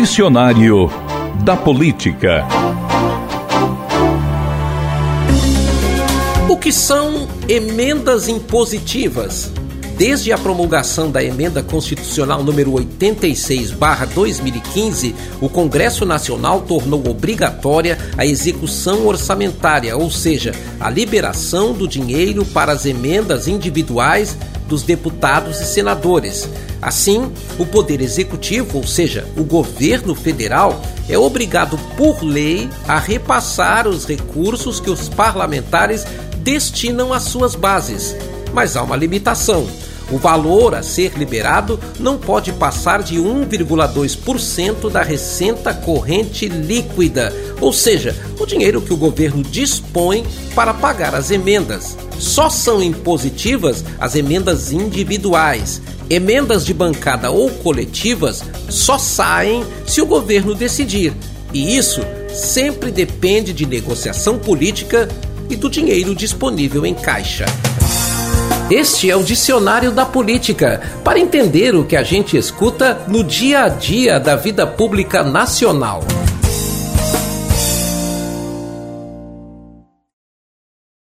Dicionário da Política. O que são emendas impositivas? Desde a promulgação da Emenda Constitucional número 86/2015, o Congresso Nacional tornou obrigatória a execução orçamentária, ou seja, a liberação do dinheiro para as emendas individuais dos deputados e senadores. Assim, o Poder Executivo, ou seja, o governo federal, é obrigado por lei a repassar os recursos que os parlamentares destinam às suas bases. Mas há uma limitação. O valor a ser liberado não pode passar de 1,2% da receita corrente líquida, ou seja, o dinheiro que o governo dispõe para pagar as emendas. Só são impositivas as emendas individuais. Emendas de bancada ou coletivas só saem se o governo decidir, e isso sempre depende de negociação política e do dinheiro disponível em caixa. Este é o Dicionário da Política, para entender o que a gente escuta no dia a dia da vida pública nacional.